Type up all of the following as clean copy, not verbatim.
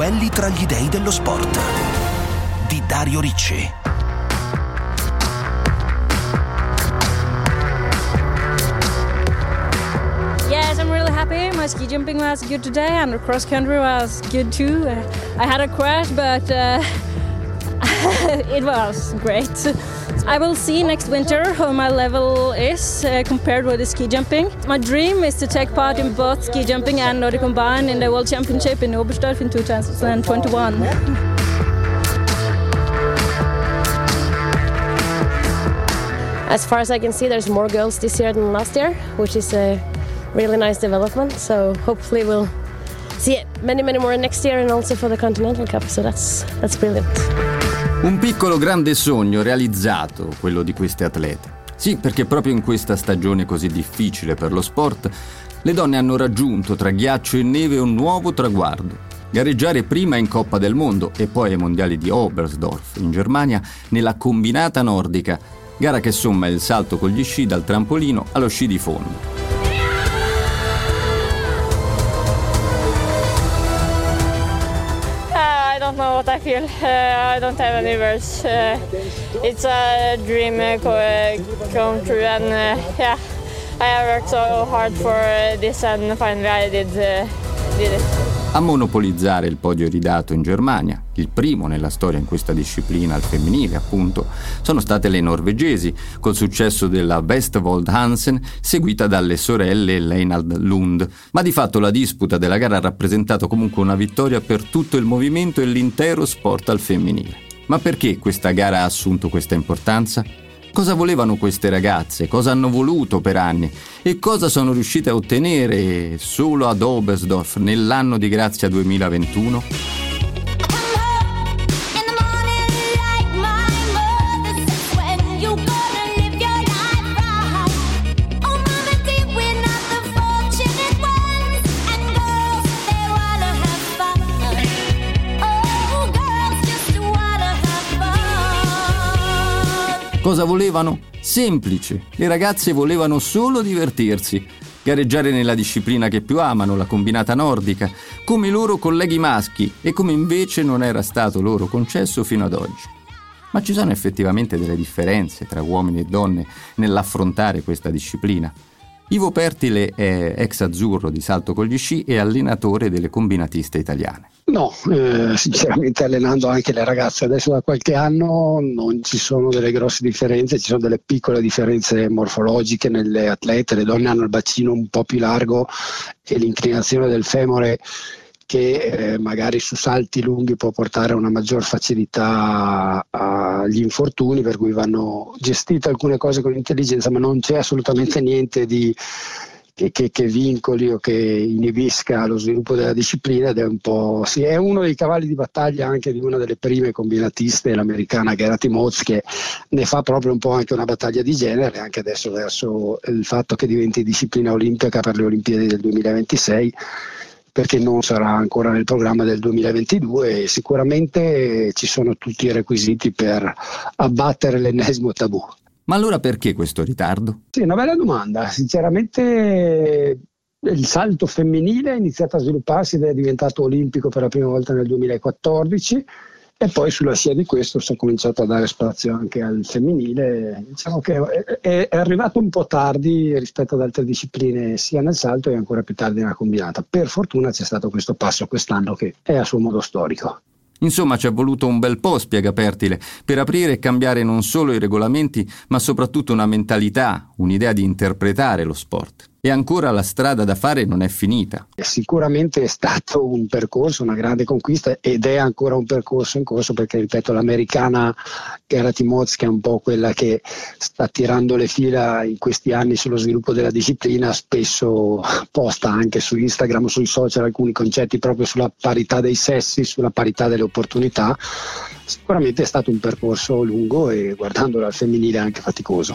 Duelli tra gli dei dello sport di Dario Ricci. Yes, I'm really happy. My ski jumping was good today and the cross country was good too. I had a crash, but it was great. I will see next winter how my level is compared with the ski jumping. My dream is to take part in both ski jumping and Nordic Combined in the World Championship in Oberstdorf in 2021. As far as I can see, there's more girls this year than last year, which is a really nice development. So hopefully we'll see many more next year and also for the Continental Cup. So that's brilliant. Un piccolo grande sogno realizzato, quello di queste atlete. Sì, perché proprio in questa stagione così difficile per lo sport, le donne hanno raggiunto tra ghiaccio e neve un nuovo traguardo. Gareggiare prima in Coppa del Mondo e poi ai mondiali di Oberstdorf in Germania nella combinata nordica, gara che somma il salto con gli sci dal trampolino allo sci di fondo. I don't know what I feel. I don't have any words. It's a dream come true, and yeah, I have worked so hard for this, and finally I did it. A monopolizzare il podio iridato in Germania, il primo nella storia in questa disciplina al femminile appunto, sono state le norvegesi, col successo della Vestfold Hansen, seguita dalle sorelle Leinald Lund. Ma di fatto la disputa della gara ha rappresentato comunque una vittoria per tutto il movimento e l'intero sport al femminile. Ma perché questa gara ha assunto questa importanza? Cosa volevano queste ragazze? Cosa hanno voluto per anni? E cosa sono riuscite a ottenere solo ad Oberstdorf nell'anno di grazia 2021? Cosa volevano? Semplice. Le ragazze volevano solo divertirsi, gareggiare nella disciplina che più amano, la combinata nordica, come i loro colleghi maschi e come invece non era stato loro concesso fino ad oggi. Ma ci sono effettivamente delle differenze tra uomini e donne nell'affrontare questa disciplina. Ivo Pertile è ex azzurro di salto con gli sci e allenatore delle combinatiste italiane. No, sinceramente allenando anche le ragazze adesso da qualche anno non ci sono delle grosse differenze, ci sono delle piccole differenze morfologiche nelle atlete. Le donne hanno il bacino un po' più largo e l'inclinazione del femore che magari su salti lunghi può portare a una maggior facilità agli infortuni, per cui vanno gestite alcune cose con intelligenza, ma non c'è assolutamente niente di che vincoli o che inibisca lo sviluppo della disciplina, ed è un po' sì, è uno dei cavalli di battaglia anche di una delle prime combinatiste, l'americana Gerati Motz, che ne fa proprio un po' anche una battaglia di genere anche adesso verso il fatto che diventi disciplina olimpica per le Olimpiadi del 2026, perché non sarà ancora nel programma del 2022 e sicuramente ci sono tutti i requisiti per abbattere l'ennesimo tabù. Ma allora perché questo ritardo? Sì, una bella domanda. Sinceramente il salto femminile ha iniziato a svilupparsi ed è diventato olimpico per la prima volta nel 2014 e poi sulla scia di questo si è cominciato a dare spazio anche al femminile. Diciamo che è arrivato un po' tardi rispetto ad altre discipline sia nel salto e ancora più tardi nella combinata. Per fortuna c'è stato questo passo quest'anno che è a suo modo storico. Insomma, ci è voluto un bel po', spiega Pertile, per aprire e cambiare non solo i regolamenti, ma soprattutto una mentalità, un'idea di interpretare lo sport. E ancora la strada da fare non è finita. Sicuramente è stato un percorso, una grande conquista, ed è ancora un percorso in corso, perché ripeto, l'americana Gerati Motz, che è un po' quella che sta tirando le fila in questi anni sullo sviluppo della disciplina, spesso posta anche su Instagram o sui social alcuni concetti proprio sulla parità dei sessi, sulla parità delle opportunità. Sicuramente è stato un percorso lungo e, guardandolo al femminile, anche faticoso.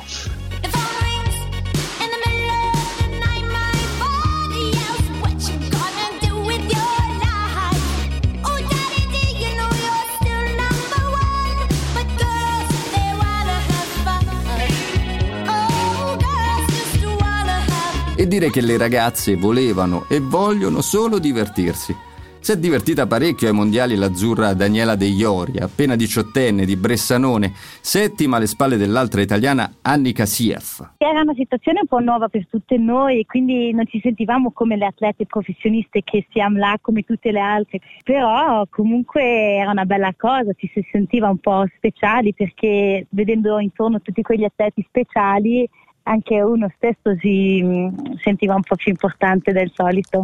E dire che le ragazze volevano e vogliono solo divertirsi. Si è divertita parecchio ai mondiali l'azzurra Daniela De Iori, appena 18enne di Bressanone, settima alle spalle dell'altra italiana Annika Sief. Era una situazione un po' nuova per tutte noi, quindi non ci sentivamo come le atlete professioniste che siamo là come tutte le altre, però comunque era una bella cosa, ci si sentiva un po' speciali perché vedendo intorno tutti quegli atleti speciali anche uno stesso si sentiva un po' più importante del solito.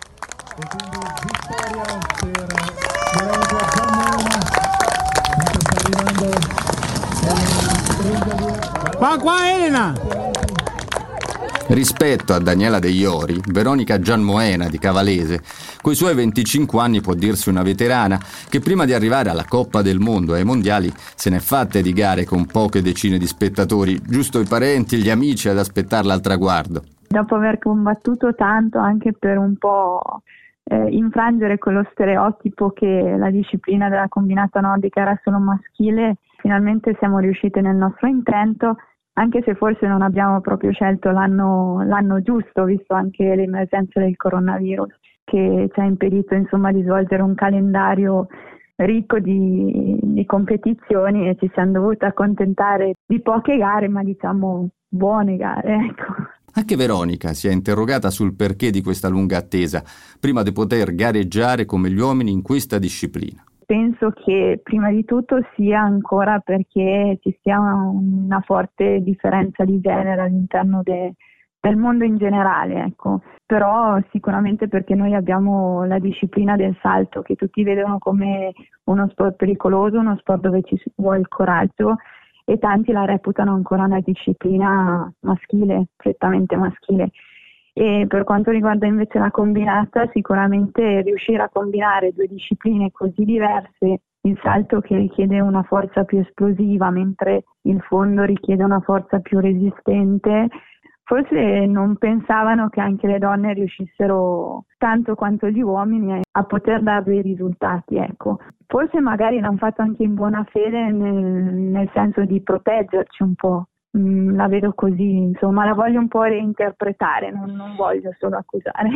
Qua Elena! Rispetto a Daniela De Iori, Veronica Gianmoena di Cavalese, coi suoi 25 anni può dirsi una veterana che prima di arrivare alla Coppa del Mondo e ai mondiali se n'è fatte di gare con poche decine di spettatori, giusto i parenti e gli amici ad aspettarla al traguardo. Dopo aver combattuto tanto anche per un po' infrangere quello stereotipo che la disciplina della combinata nordica era solo maschile, finalmente siamo riusciti nel nostro intento, anche se forse non abbiamo proprio scelto l'anno giusto, visto anche l'emergenza del coronavirus che ci ha impedito insomma di svolgere un calendario ricco di competizioni e ci siamo dovuti accontentare di poche gare, ma diciamo buone gare, ecco. Anche Veronica si è interrogata sul perché di questa lunga attesa, prima di poter gareggiare come gli uomini in questa disciplina. Penso che prima di tutto sia ancora perché ci sia una forte differenza di genere all'interno del mondo in generale, ecco. Però sicuramente perché noi abbiamo la disciplina del salto che tutti vedono come uno sport pericoloso, uno sport dove ci vuole il coraggio, e tanti la reputano ancora una disciplina maschile, prettamente maschile. E per quanto riguarda invece la combinata, sicuramente riuscire a combinare due discipline così diverse, il salto che richiede una forza più esplosiva, mentre il fondo richiede una forza più resistente, forse non pensavano che anche le donne riuscissero tanto quanto gli uomini a poter dare dei risultati, ecco. Forse magari l'hanno fatto anche in buona fede nel senso di proteggerci un po'. La vedo così, insomma, la voglio un po' reinterpretare, non voglio solo accusare.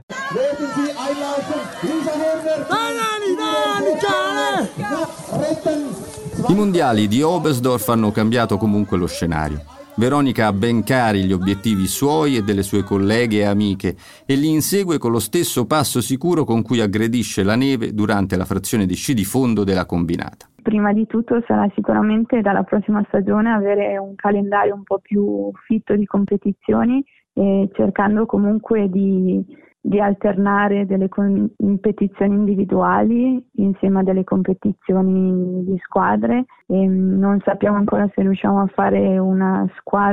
I mondiali di Oberstdorf hanno cambiato comunque lo scenario. Veronica ha ben chiari gli obiettivi suoi e delle sue colleghe e amiche e li insegue con lo stesso passo sicuro con cui aggredisce la neve durante la frazione di sci di fondo della combinata. Prima di tutto sarà sicuramente dalla prossima stagione avere un calendario un po' più fitto di competizioni e cercando comunque di alternare delle competizioni individuali insieme a delle competizioni di squadre. E non sappiamo ancora se riusciamo a fare una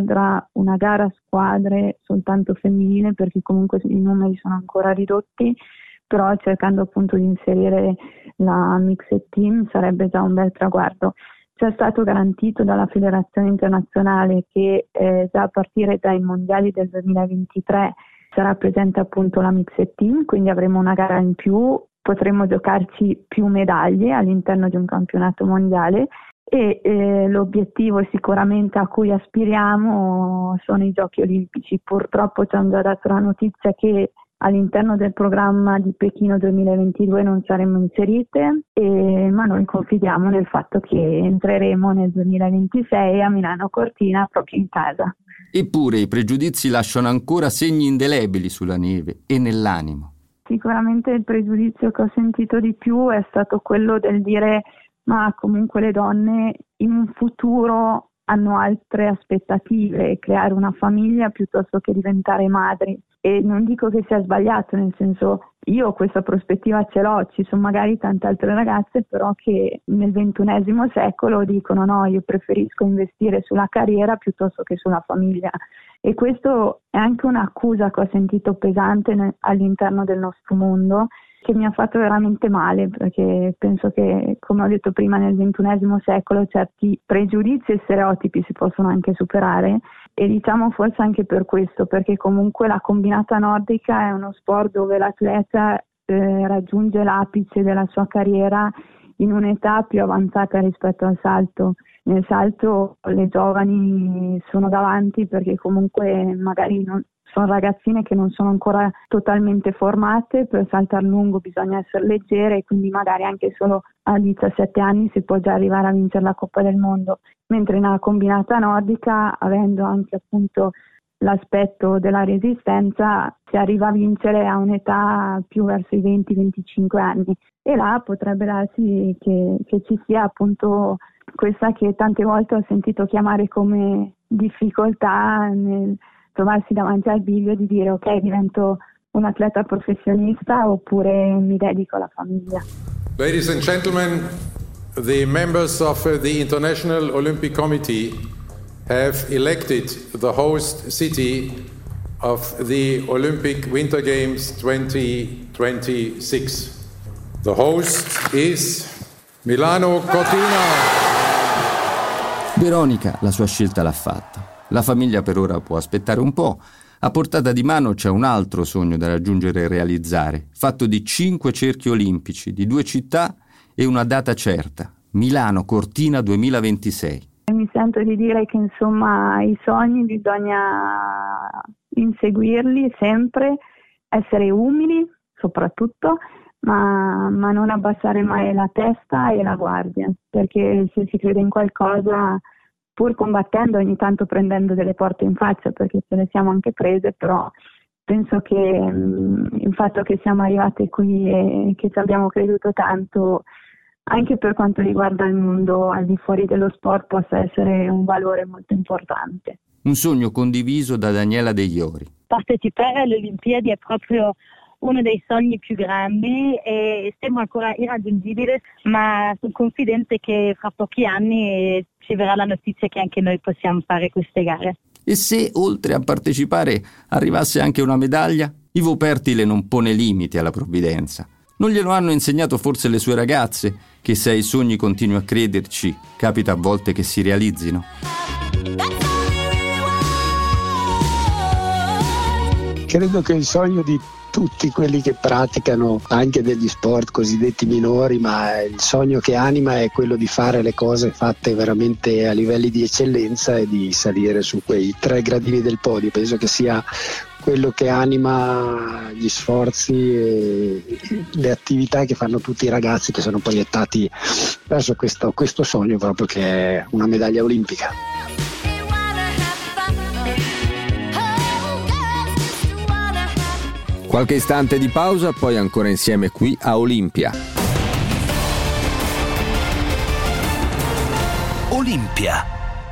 gara a squadre soltanto femminile perché comunque i numeri sono ancora ridotti, però cercando appunto di inserire la mixed team sarebbe già un bel traguardo. Ci è stato garantito dalla Federazione Internazionale che già a partire dai mondiali del 2023 sarà presente appunto la mixed team, quindi avremo una gara in più, potremo giocarci più medaglie all'interno di un campionato mondiale e l'obiettivo sicuramente a cui aspiriamo sono i Giochi Olimpici. Purtroppo ci hanno già dato la notizia che all'interno del programma di Pechino 2022 non saremo inserite, ma noi confidiamo nel fatto che entreremo nel 2026 a Milano Cortina proprio in casa. Eppure i pregiudizi lasciano ancora segni indelebili sulla neve e nell'animo. Sicuramente il pregiudizio che ho sentito di più è stato quello del dire ma comunque le donne in un futuro hanno altre aspettative, creare una famiglia piuttosto che diventare madri. E non dico che sia sbagliato, nel senso io questa prospettiva ce l'ho, ci sono magari tante altre ragazze però che nel XXI secolo dicono no, io preferisco investire sulla carriera piuttosto che sulla famiglia. E questo è anche un'accusa che ho sentito pesante all'interno del nostro mondo, che mi ha fatto veramente male, perché penso che, come ho detto prima, nel XXI secolo certi pregiudizi e stereotipi si possono anche superare e diciamo forse anche per questo, perché comunque la combinata nordica è uno sport dove l'atleta raggiunge l'apice della sua carriera in un'età più avanzata rispetto al salto. Nel salto le giovani sono davanti perché comunque magari sono ragazzine che non sono ancora totalmente formate, per saltar lungo bisogna essere leggere e quindi magari anche solo a 17 anni si può già arrivare a vincere la Coppa del Mondo, mentre nella combinata nordica, avendo anche appunto l'aspetto della resistenza, si arriva a vincere a un'età più verso i 20-25 anni e là potrebbe darsi che ci sia appunto questa che tante volte ho sentito chiamare come difficoltà nel trovarsi davanti al bivio di dire ok, divento un atleta professionista oppure mi dedico alla famiglia. Ladies and gentlemen, the members of the International Olympic Committee have elected the host city of the Olympic Winter Games 2026. The host is Milano Cortina. Veronica la sua scelta l'ha fatta. La famiglia per ora può aspettare un po'. A portata di mano c'è un altro sogno da raggiungere e realizzare, fatto di 5 cerchi olimpici, di 2 città e una data certa, Milano Cortina 2026. Mi sento di dire che insomma i sogni bisogna inseguirli sempre, essere umili soprattutto, ma non abbassare mai la testa e la guardia, perché se si crede in qualcosa, pur combattendo, ogni tanto prendendo delle porte in faccia, perché ce ne siamo anche prese, però penso che il fatto che siamo arrivate qui e che ci abbiamo creduto tanto, anche per quanto riguarda il mondo al di fuori dello sport, possa essere un valore molto importante. Un sogno condiviso da Daniela De Iori. Partecipare alle Olimpiadi è proprio uno dei sogni più grandi e sembra ancora irraggiungibile, ma sono confidente che fra pochi anni ci verrà la notizia che anche noi possiamo fare queste gare. E se, oltre a partecipare, arrivasse anche una medaglia? Ivo Pertile non pone limiti alla provvidenza. Non glielo hanno insegnato forse le sue ragazze, che se ai sogni continui a crederci, capita a volte che si realizzino? Credo che il sogno di tutti quelli che praticano anche degli sport cosiddetti minori, ma il sogno che anima è quello di fare le cose fatte veramente a livelli di eccellenza e di salire su quei 3 gradini del podio. Penso che sia quello che anima gli sforzi e le attività che fanno tutti i ragazzi che sono proiettati verso questo sogno proprio che è una medaglia olimpica. Qualche istante di pausa, poi ancora insieme qui a Olimpia. Olimpia.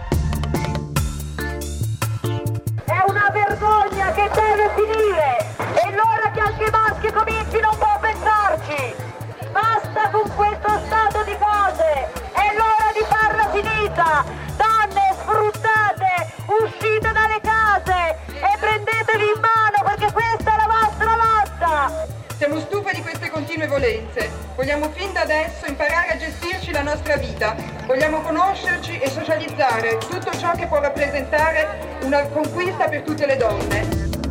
È una vergogna che deve finire! È l'ora che anche i maschi comincino un po' a pensarci! Basta con questo stato di cose! È l'ora di farla finita! Donne sfruttate, uscite dalle case e prendetevi in mano perché questa è la vostra lotta! Siamo stufe di queste continue violenze. Vogliamo fin da adesso imparare a gestirci la nostra vita. Vogliamo conoscerci e socializzare tutto ciò che può rappresentare una conquista per tutte le donne.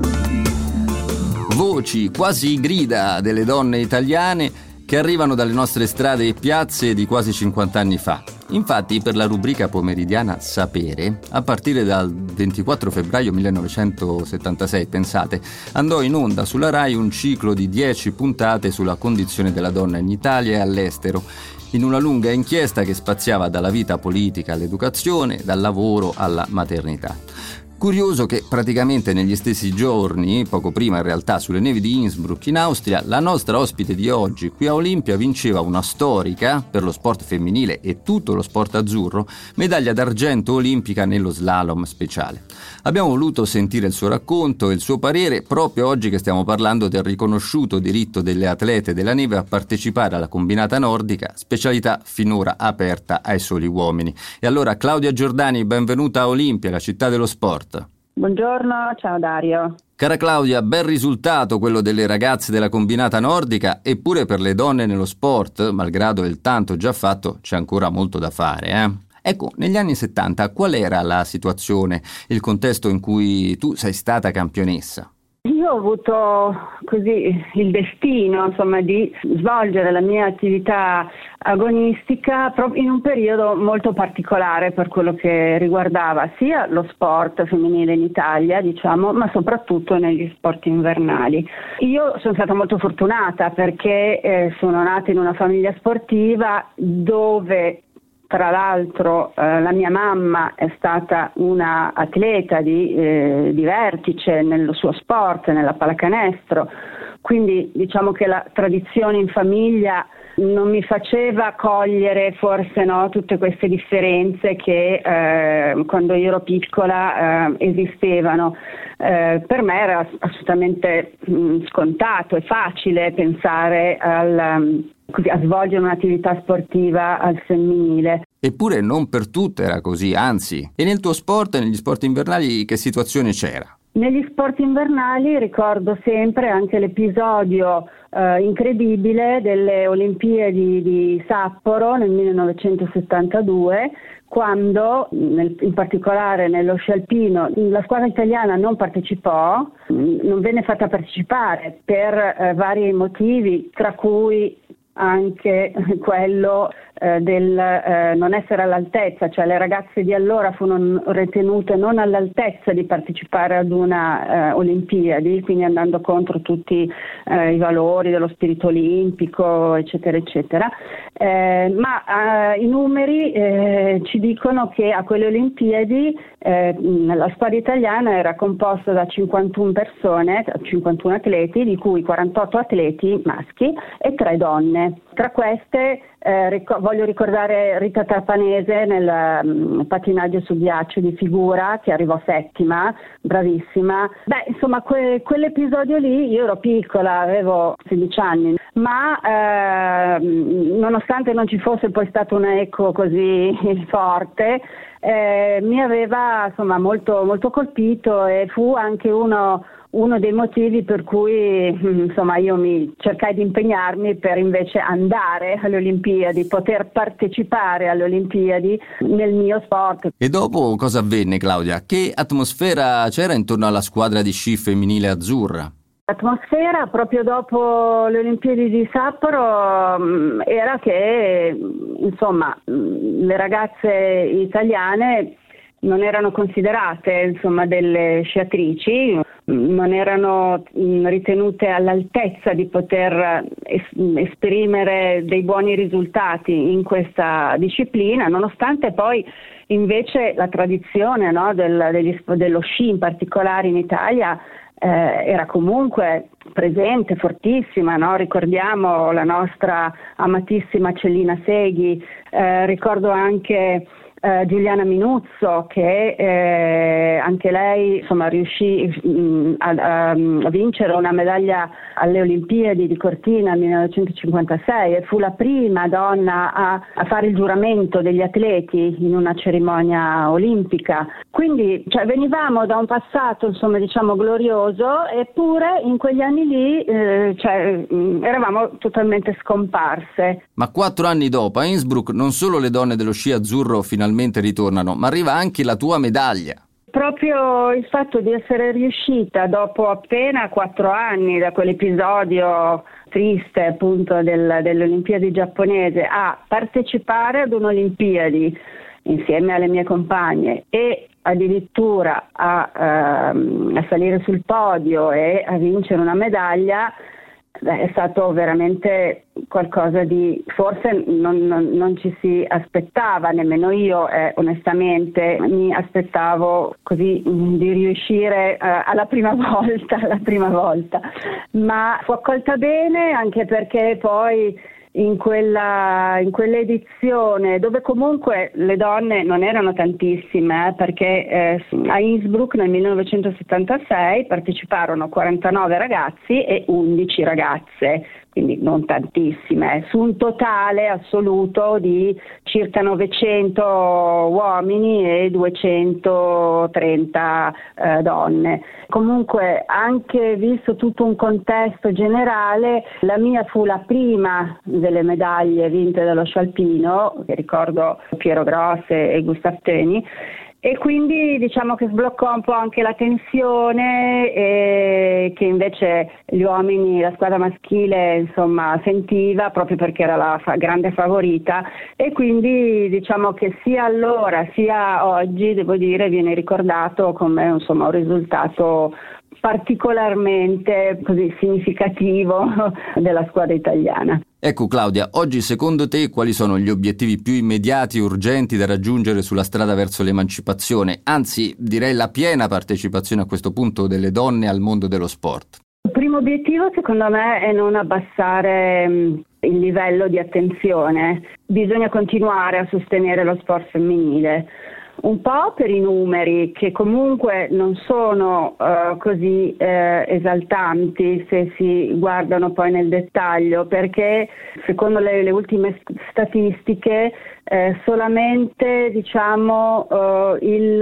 Voci, quasi grida delle donne italiane che arrivano dalle nostre strade e piazze di quasi 50 anni fa. Infatti, per la rubrica pomeridiana Sapere, a partire dal 24 febbraio 1976, pensate, andò in onda sulla Rai un ciclo di 10 puntate sulla condizione della donna in Italia e all'estero, in una lunga inchiesta che spaziava dalla vita politica all'educazione, dal lavoro alla maternità. Curioso che praticamente negli stessi giorni, poco prima in realtà sulle nevi di Innsbruck in Austria, la nostra ospite di oggi qui a Olimpia vinceva una storica, per lo sport femminile e tutto lo sport azzurro, medaglia d'argento olimpica nello slalom speciale. Abbiamo voluto sentire il suo racconto e il suo parere proprio oggi che stiamo parlando del riconosciuto diritto delle atlete della neve a partecipare alla combinata nordica, specialità finora aperta ai soli uomini. E allora Claudia Giordani, benvenuta a Olimpia, la città dello sport. Buongiorno, ciao Dario. Cara Claudia, bel risultato quello delle ragazze della combinata nordica, eppure per le donne nello sport, malgrado il tanto già fatto, c'è ancora molto da fare, Ecco, negli anni 70 qual era la situazione, il contesto in cui tu sei stata campionessa? Io ho avuto così il destino, insomma, di svolgere la mia attività agonistica proprio in un periodo molto particolare per quello che riguardava sia lo sport femminile in Italia, diciamo, ma soprattutto negli sport invernali. Io sono stata molto fortunata perché sono nata in una famiglia sportiva dove, tra l'altro, la mia mamma è stata una atleta di vertice nel suo sport, nella pallacanestro, quindi diciamo che la tradizione in famiglia non mi faceva cogliere forse tutte queste differenze che quando io ero piccola esistevano. Per me era assolutamente scontato e facile pensare a svolgere un'attività sportiva al femminile. Eppure non per tutte era così, anzi. E nel tuo sport e negli sport invernali che situazione c'era? Negli sport invernali ricordo sempre anche l'episodio incredibile delle Olimpiadi di Sapporo nel 1972, quando in particolare nello sci alpino la squadra italiana non partecipò, non venne fatta partecipare per vari motivi, tra cui anche quello del non essere all'altezza, cioè le ragazze di allora furono ritenute non all'altezza di partecipare ad una Olimpiadi, quindi andando contro tutti i valori dello spirito olimpico, eccetera, eccetera. Ma i numeri ci dicono che a quelle Olimpiadi la squadra italiana era composta da 51 persone, 51 atleti, di cui 48 atleti maschi e 3 donne. Tra queste voglio ricordare Rita Trapanese nel patinaggio su ghiaccio di figura, che arrivò settima, bravissima. Insomma, quell'episodio lì, io ero piccola, avevo 16 anni, ma nonostante non ci fosse poi stato un eco così forte, mi aveva insomma molto, molto colpito, e fu anche uno dei motivi per cui insomma io mi cercai di impegnarmi per invece andare alle Olimpiadi, poter partecipare alle Olimpiadi nel mio sport. E dopo cosa avvenne, Claudia? Che atmosfera c'era intorno alla squadra di sci femminile azzurra? L'atmosfera proprio dopo le Olimpiadi di Sapporo era che insomma le ragazze italiane non erano considerate insomma delle sciatrici, non erano ritenute all'altezza di poter esprimere dei buoni risultati in questa disciplina, nonostante poi invece la tradizione dello sci in particolare in Italia era comunque presente, fortissima, no? Ricordiamo la nostra amatissima Cellina Seghi, ricordo anche Giuliana Minuzzo, che anche lei insomma riuscì a vincere una medaglia alle Olimpiadi di Cortina nel 1956 e fu la prima donna a fare il giuramento degli atleti in una cerimonia olimpica. Quindi venivamo da un passato insomma diciamo glorioso, eppure in quegli anni lì eravamo totalmente scomparse. Ma 4 anni dopo a Innsbruck non solo le donne dello sci azzurro finalmente ritornano, ma arriva anche la tua medaglia. Proprio il fatto di essere riuscita dopo appena 4 anni da quell'episodio triste appunto delle Olimpiadi giapponese a partecipare ad un'Olimpiadi insieme alle mie compagne e addirittura a salire sul podio e a vincere una medaglia, è stato veramente qualcosa di forse non ci si aspettava, nemmeno io onestamente mi aspettavo così di riuscire alla prima volta, ma fu accolta bene, anche perché poi in quell'edizione, dove comunque le donne non erano tantissime, perché a Innsbruck nel 1976 parteciparono 49 ragazzi e 11 ragazze, quindi non tantissime, su un totale assoluto di circa 900 uomini e 230 donne. Comunque, anche visto tutto un contesto generale, la mia fu la prima delle medaglie vinte dallo sci alpino, che ricordo Piero Gross e Gustav Töni, e quindi diciamo che sbloccò un po' anche la tensione che invece gli uomini, la squadra maschile insomma sentiva, proprio perché era la grande favorita, e quindi diciamo che sia allora sia oggi, devo dire, viene ricordato come insomma un risultato particolarmente così significativo della squadra italiana. Ecco Claudia, oggi secondo te quali sono gli obiettivi più immediati e urgenti da raggiungere sulla strada verso l'emancipazione, anzi direi la piena partecipazione a questo punto delle donne al mondo dello sport? Il primo obiettivo secondo me è non abbassare il livello di attenzione, bisogna continuare a sostenere lo sport femminile. Un po' per i numeri che comunque non sono così esaltanti se si guardano poi nel dettaglio, perché secondo le ultime statistiche solamente diciamo il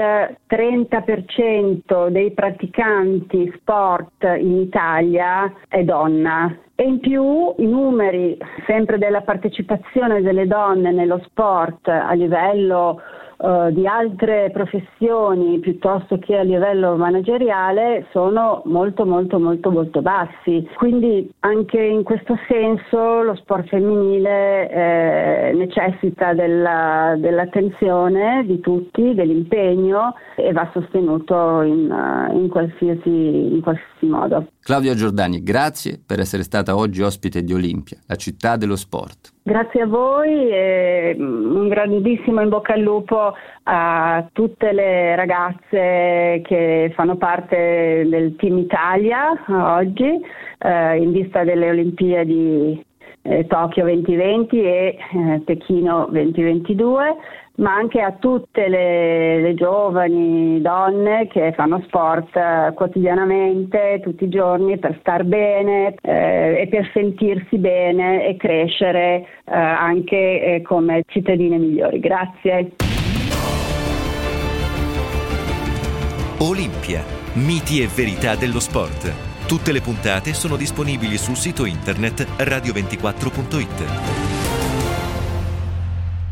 30% dei praticanti sport in Italia è donna. E in più i numeri sempre della partecipazione delle donne nello sport a livello di altre professioni piuttosto che a livello manageriale sono molto bassi, quindi anche in questo senso lo sport femminile necessita dell'attenzione di tutti, dell'impegno, e va sostenuto in qualsiasi modo. Claudia Giordani, grazie per essere stata oggi ospite di Olimpia, la città dello sport. Grazie a voi e un grandissimo in bocca al lupo a tutte le ragazze che fanno parte del Team Italia oggi in vista delle Olimpiadi Tokyo 2020 e Pechino 2022, ma anche a tutte le giovani donne che fanno sport quotidianamente, tutti i giorni, per star bene e per sentirsi bene e crescere anche come cittadine migliori. Grazie. Olimpia, miti e verità dello sport. Tutte le puntate sono disponibili sul sito internet radio24.it.